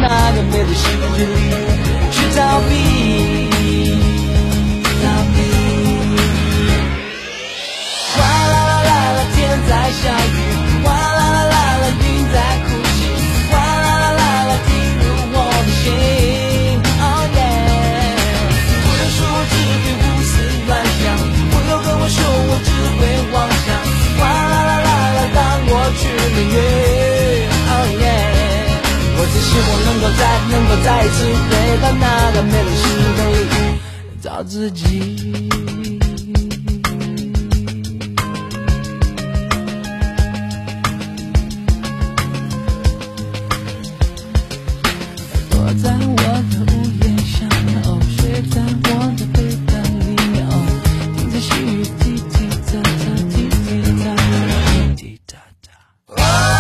那个美的世界里去逃避。哗啦啦啦啦，天在下雨，哗啦啦啦啦，云在哭泣，哗啦啦啦啦，进入我的心。Oh yeah， 我有说我只会胡思乱想，我有跟我说我只会妄想，哗啦啦啦啦，让我去领略。Oh yeah， 我只希望能够再一次回到那个美丽世界里找自己。在我的屋檐下，哦，睡在我的被单里，哦，听着细雨滴滴答答，滴滴答答，滴滴答答。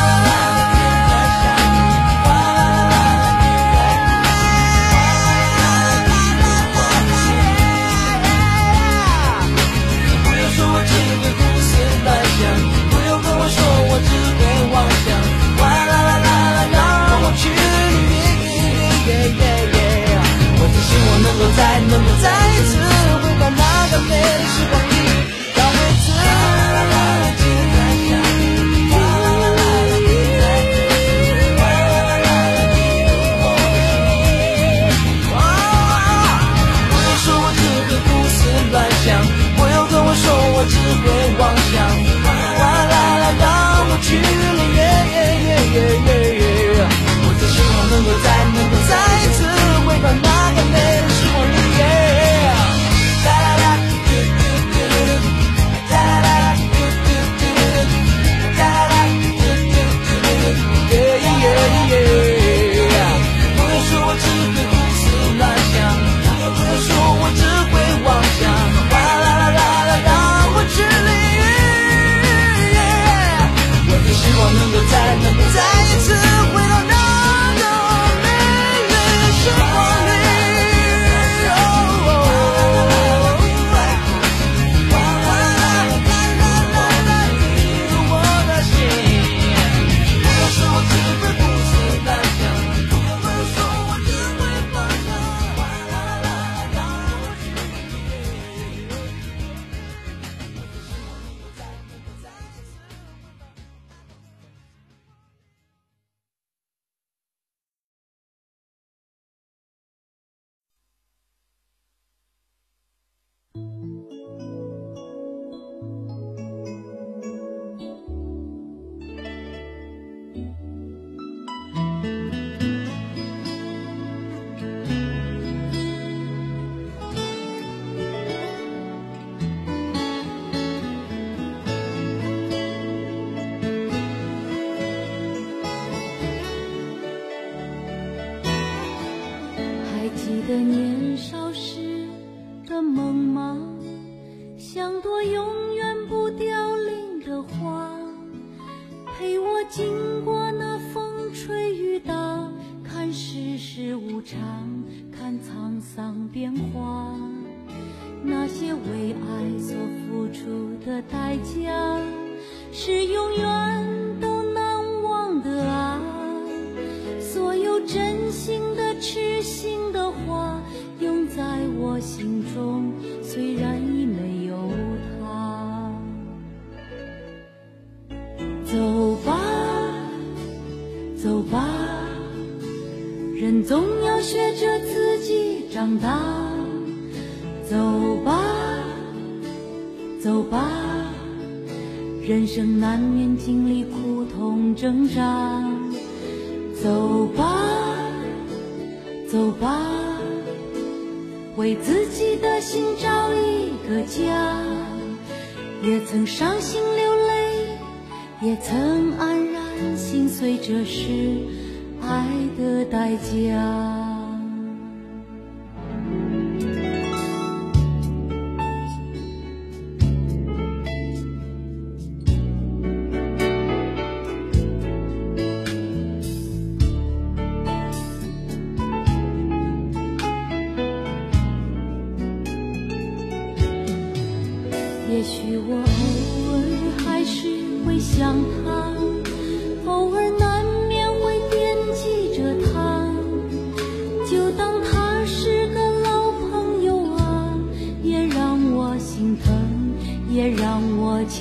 不要说我只会胡思乱想，不要跟我说我只会妄想，哗啦啦啦啦，让我去领略。我只希望能够再一次回到那个美丽时光里，让每次记在下，哗啦啦啦啦，你在哭泣，哗啦啦啦啦，进入我的心。不要说我只会胡思乱想，不要跟我说我只会妄想，哗啦啦，让我去领略。我只希望能够再一次回到那个美丽时光里。哒啦啦，嘟嘟嘟嘟，哒啦啦，嘟嘟嘟嘟，哒啦啦，嘟嘟嘟嘟，不要说我只会胡思乱想，不要说我只会妄想，哗啦啦啦啦，让我去领略。我只希望能够再一次回到那个美丽时光里。 记得年少时的梦吗？像朵永远不凋零的花，陪我经过那风吹雨打，看世事无常，看沧桑变化。那些为爱所付出的代价，是永远都难忘的啊。所有真心的痴心的话，永在我心中，虽然已没有他。走吧，走吧，人总要学着自己长大。走吧，走吧，人生难免经历苦痛挣扎。走吧，走吧，为自己的心找一个家。也曾伤心流泪，也曾安然心碎，这是爱的代价。也许我偶尔还是会想他，偶尔难免会惦记着他，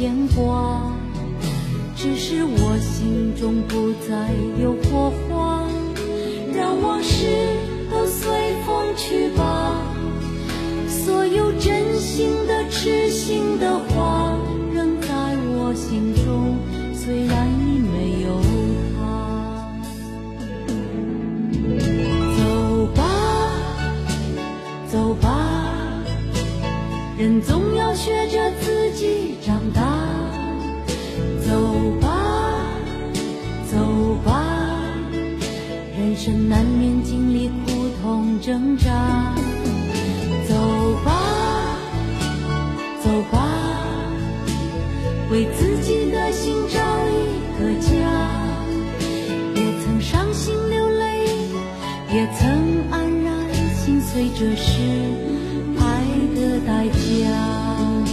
牵挂，只是我心中不再有火花，让往事都随风去吧。所有真心的痴心的话仍在我心中，虽然已没有他。走吧走吧，人总要学着自己长大。走吧走吧，人生难免经历苦痛挣扎。走吧走吧，为自己的心找一个家。也曾伤心流泪，也曾黯然心碎，这是爱的代价。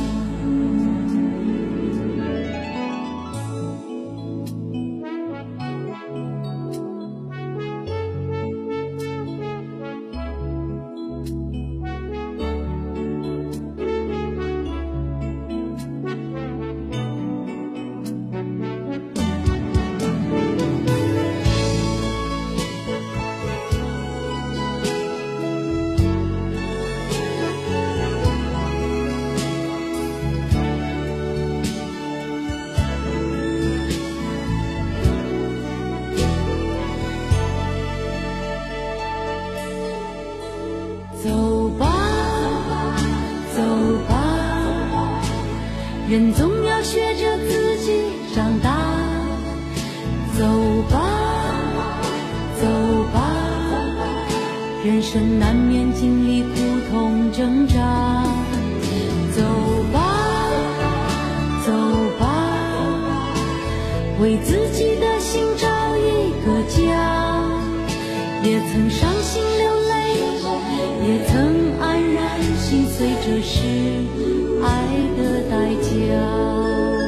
走吧走吧，人总要学着自己长大。走吧走吧，人生难免经历苦痛挣扎。走吧走吧，为自己的心找一个家。也曾伤心流泪，也曾黯然心碎，这是爱的代价。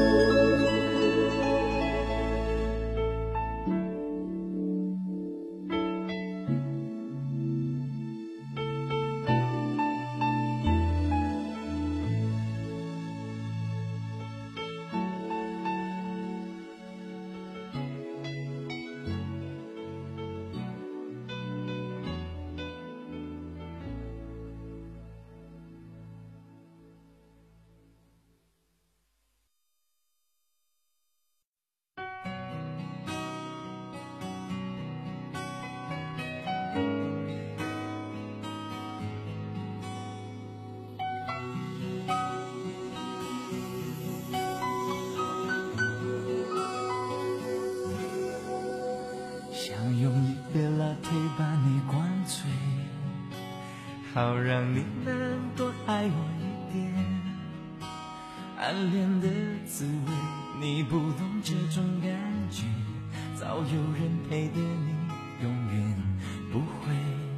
想用一杯拿铁把你灌醉，好让你能多爱我一点。暗恋的滋味，你不懂这种感觉，早有人陪的你永远不会。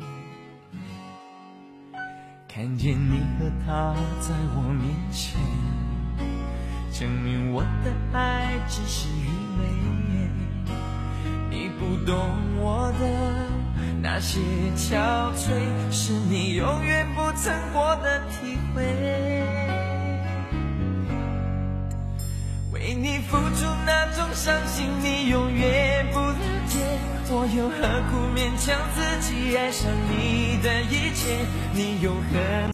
看见你和他在我面前，证明我的爱只是愚昧。你不懂我的那些憔悴，是你永远不曾过的体会。为你付出那种伤心，你永远不了解，我又何苦勉强自己爱上你的一切？你又何